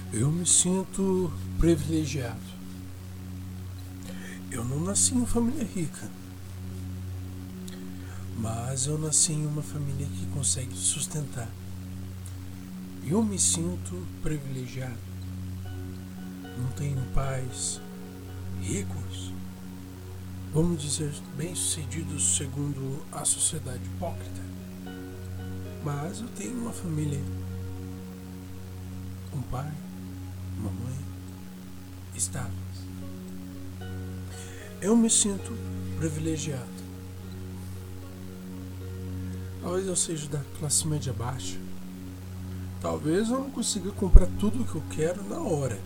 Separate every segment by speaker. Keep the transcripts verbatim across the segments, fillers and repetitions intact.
Speaker 1: Eu me sinto privilegiado. Eu não nasci em uma família rica, mas eu nasci em uma família que consegue sustentar. Eu me sinto privilegiado. Não tenho pais ricos, vamos dizer, bem-sucedidos segundo a sociedade hipócrita, mas eu tenho uma família, um pai, uma mãe estáveis. Eu me sinto privilegiado. Talvez eu seja da classe média baixa. Talvez eu não consiga comprar tudo o que eu quero na hora.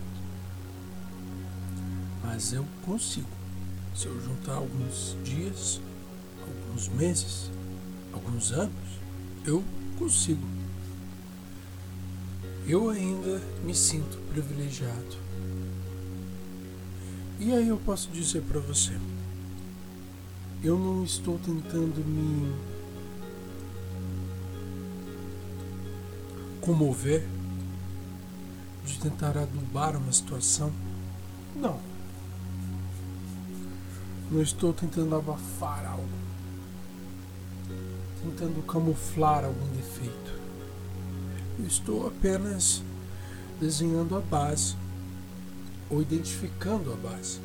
Speaker 1: Mas eu consigo. Se eu juntar alguns dias, alguns meses, alguns anos, eu consigo. Eu ainda me sinto privilegiado. E aí eu posso dizer para você, eu não estou tentando me comover, de tentar adubar uma situação. Não. Não estou tentando abafar algo, tentando camuflar algum defeito. Eu estou apenas desenhando a base, ou identificando a base,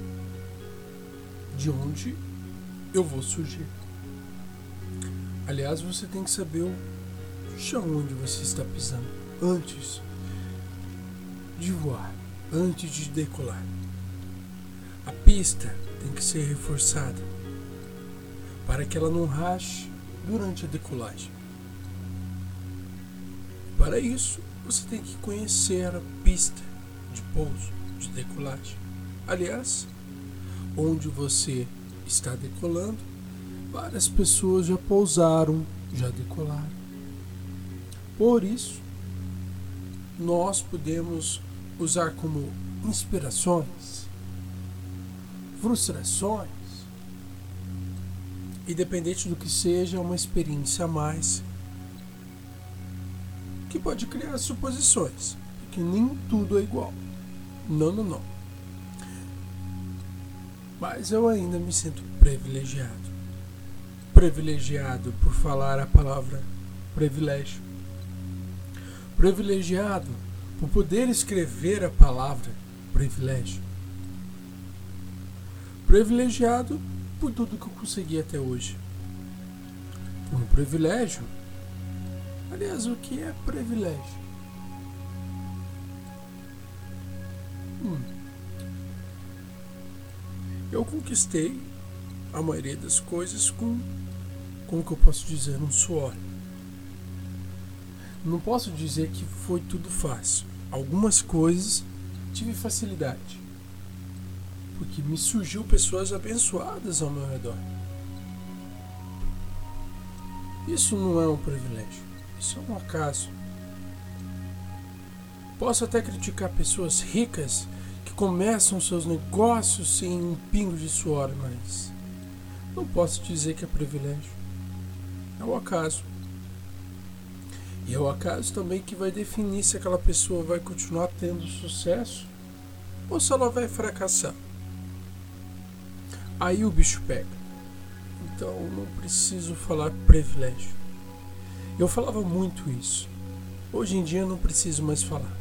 Speaker 1: de onde eu vou surgir. Aliás, você tem que saber o chão onde você está pisando antes de voar, antes de decolar. A pista tem que ser reforçada para que ela não rache durante a decolagem. Para isso, você tem que conhecer a pista de pouso, de decolagem. Aliás, onde você está decolando, várias pessoas já pousaram, já decolaram. Por isso, nós podemos usar como inspirações, frustrações, independente do que seja, uma experiência a mais que pode criar suposições, porque nem tudo é igual. Não, não, não. Mas eu ainda me sinto privilegiado. Privilegiado por falar a palavra privilégio. Privilegiado por poder escrever a palavra privilégio. Privilegiado por tudo que eu consegui até hoje. Um privilégio. Aliás, o que é privilégio? Hum. Eu conquistei a maioria das coisas com, como que eu posso dizer, um suor. Não posso dizer que foi tudo fácil. Algumas coisas tive facilidade, porque me surgiu pessoas abençoadas ao meu redor. Isso não é um privilégio, isso é um acaso. Posso até criticar pessoas ricas que começam seus negócios sem um pingo de suor, mas não posso dizer que é privilégio. É o acaso. E é o acaso também que vai definir se aquela pessoa vai continuar tendo sucesso ou se ela vai fracassar. Aí o bicho pega. Então não preciso falar privilégio. Eu falava muito isso. Hoje em dia eu não preciso mais falar.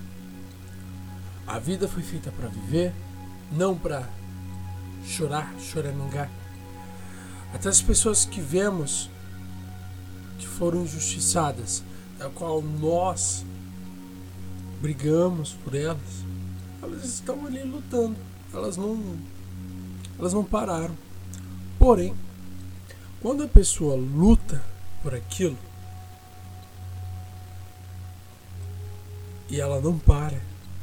Speaker 1: A vida foi feita para viver, não para chorar, choramingar. Até as pessoas que vemos que foram injustiçadas, da qual nós brigamos por elas, elas estão ali lutando. Elas não, elas não pararam. Porém, quando a pessoa luta por aquilo e ela não para,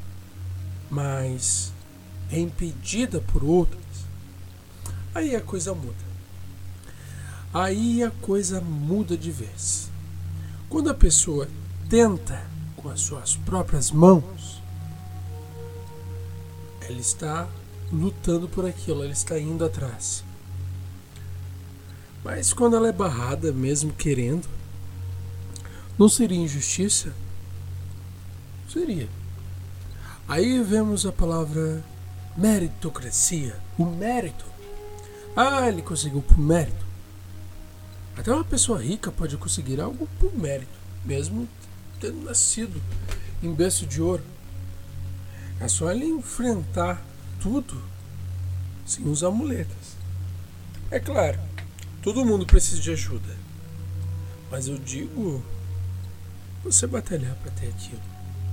Speaker 1: mas é impedida por outras, aí a coisa muda. Aí a coisa muda de vez. Quando a pessoa tenta com as suas próprias mãos, ela está lutando por aquilo, ela está indo atrás. Mas quando ela é barrada, mesmo querendo, não seria injustiça? Seria. Aí vemos a palavra meritocracia, o mérito. Ah, ele conseguiu por mérito. Até uma pessoa rica pode conseguir algo por mérito, mesmo tendo nascido em berço de ouro. É só ele enfrentar tudo sem usar muletas. É claro, todo mundo precisa de ajuda, mas eu digo você batalhar para ter aquilo.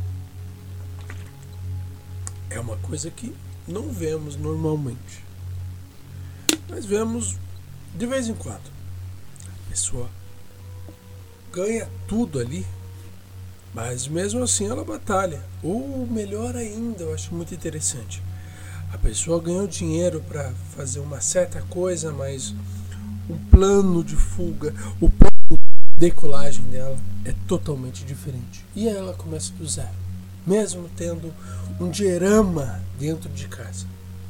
Speaker 1: É uma coisa que não vemos normalmente, mas vemos de vez em quando. A pessoa ganha tudo ali, mas mesmo assim ela batalha. Ou melhor ainda, eu acho muito interessante, a pessoa ganhou dinheiro para fazer uma certa coisa, mas o plano de fuga, o plano de decolagem dela é totalmente diferente. E aí ela começa do zero, mesmo tendo um diorama dentro de casa.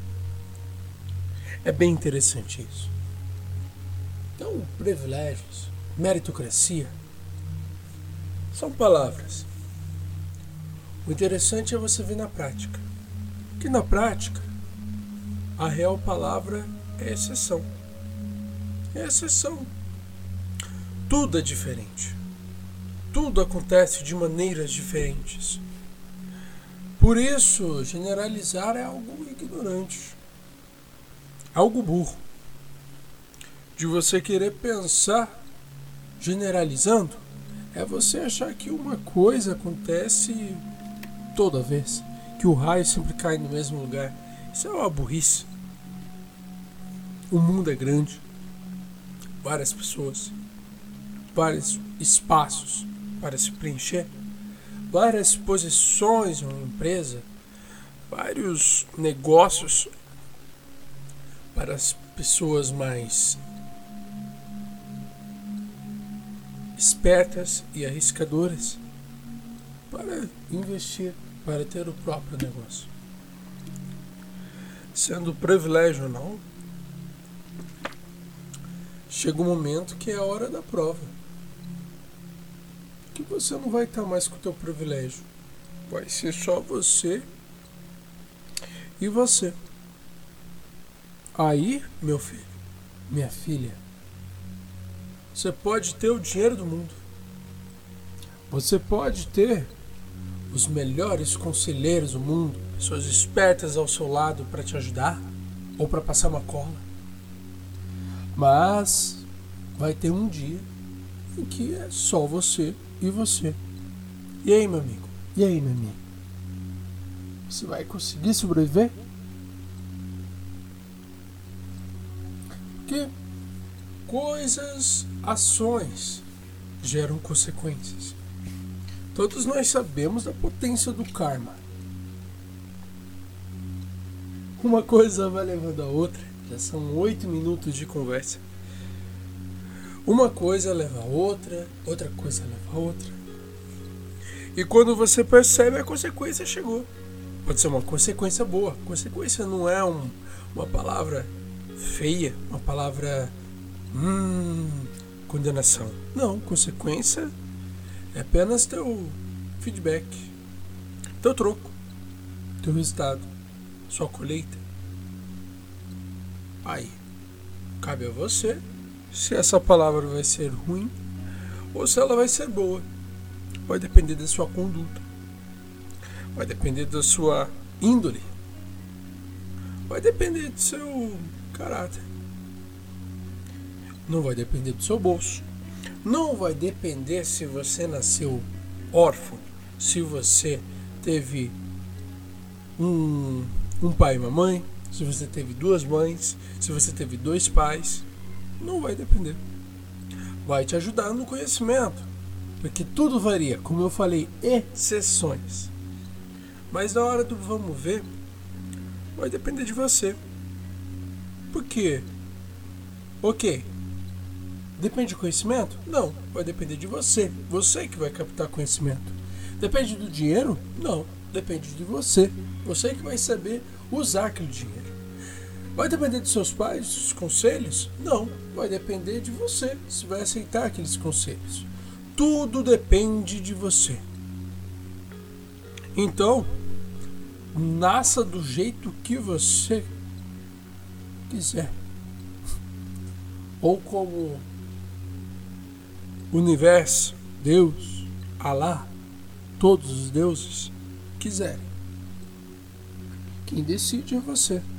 Speaker 1: É bem interessante isso. Então, privilégios, meritocracia, são palavras. O interessante é você ver na prática. Que na prática, a real palavra é exceção. É exceção. Tudo é diferente. Tudo acontece de maneiras diferentes. Por isso, generalizar é algo ignorante. Algo burro. De você querer pensar generalizando, é você achar que uma coisa acontece toda vez, que o raio sempre cai no mesmo lugar. Isso é uma burrice. O mundo é grande, várias pessoas, vários espaços para se preencher, várias posições em uma empresa, vários negócios para as pessoas mais espertas e arriscadoras para investir, para ter o próprio negócio. Sendo privilégio ou não, chega um momento que é a hora da prova. Que você não vai estar mais com o teu privilégio. Vai ser só você e você. Aí, meu filho, minha filha, você pode ter o dinheiro do mundo. Você pode ter os melhores conselheiros do mundo, pessoas espertas ao seu lado para te ajudar ou para passar uma cola. Mas vai ter um dia em que é só você e você. E aí, meu amigo? E aí, minha amiga? Você vai conseguir sobreviver? Porque coisas, ações geram consequências. Todos nós sabemos da potência do karma. Uma coisa vai levando a outra. Já são oito minutos de conversa. Uma coisa leva a outra, outra coisa leva a outra. E quando você percebe, a consequência chegou. Pode ser uma consequência boa. Consequência não é um, uma palavra feia, uma palavra hum, condenação. Não, consequência é apenas teu feedback, teu troco, teu resultado, sua colheita. Aí, cabe a você se essa palavra vai ser ruim ou se ela vai ser boa. Vai depender da sua conduta, vai depender da sua índole, vai depender do seu caráter, não vai depender do seu bolso, não vai depender se você nasceu órfão, se você teve um, um pai e uma mãe, se você teve duas mães, se você teve dois pais. Não vai depender. Vai te ajudar no conhecimento, porque tudo varia, como eu falei, exceções. Mas na hora do vamos ver, vai depender de você. Por quê? Ok. Depende do conhecimento? Não, vai depender de você. Você que vai captar conhecimento. Depende do dinheiro? Não, depende de você. Você que vai saber usar aquele dinheiro. Vai depender dos seus pais, dos conselhos? Não, vai depender de você, se vai aceitar aqueles conselhos. Tudo depende de você. Então, nasça do jeito que você quiser. Ou como o universo, Deus, Alá, todos os deuses quiserem. Quem decide é você.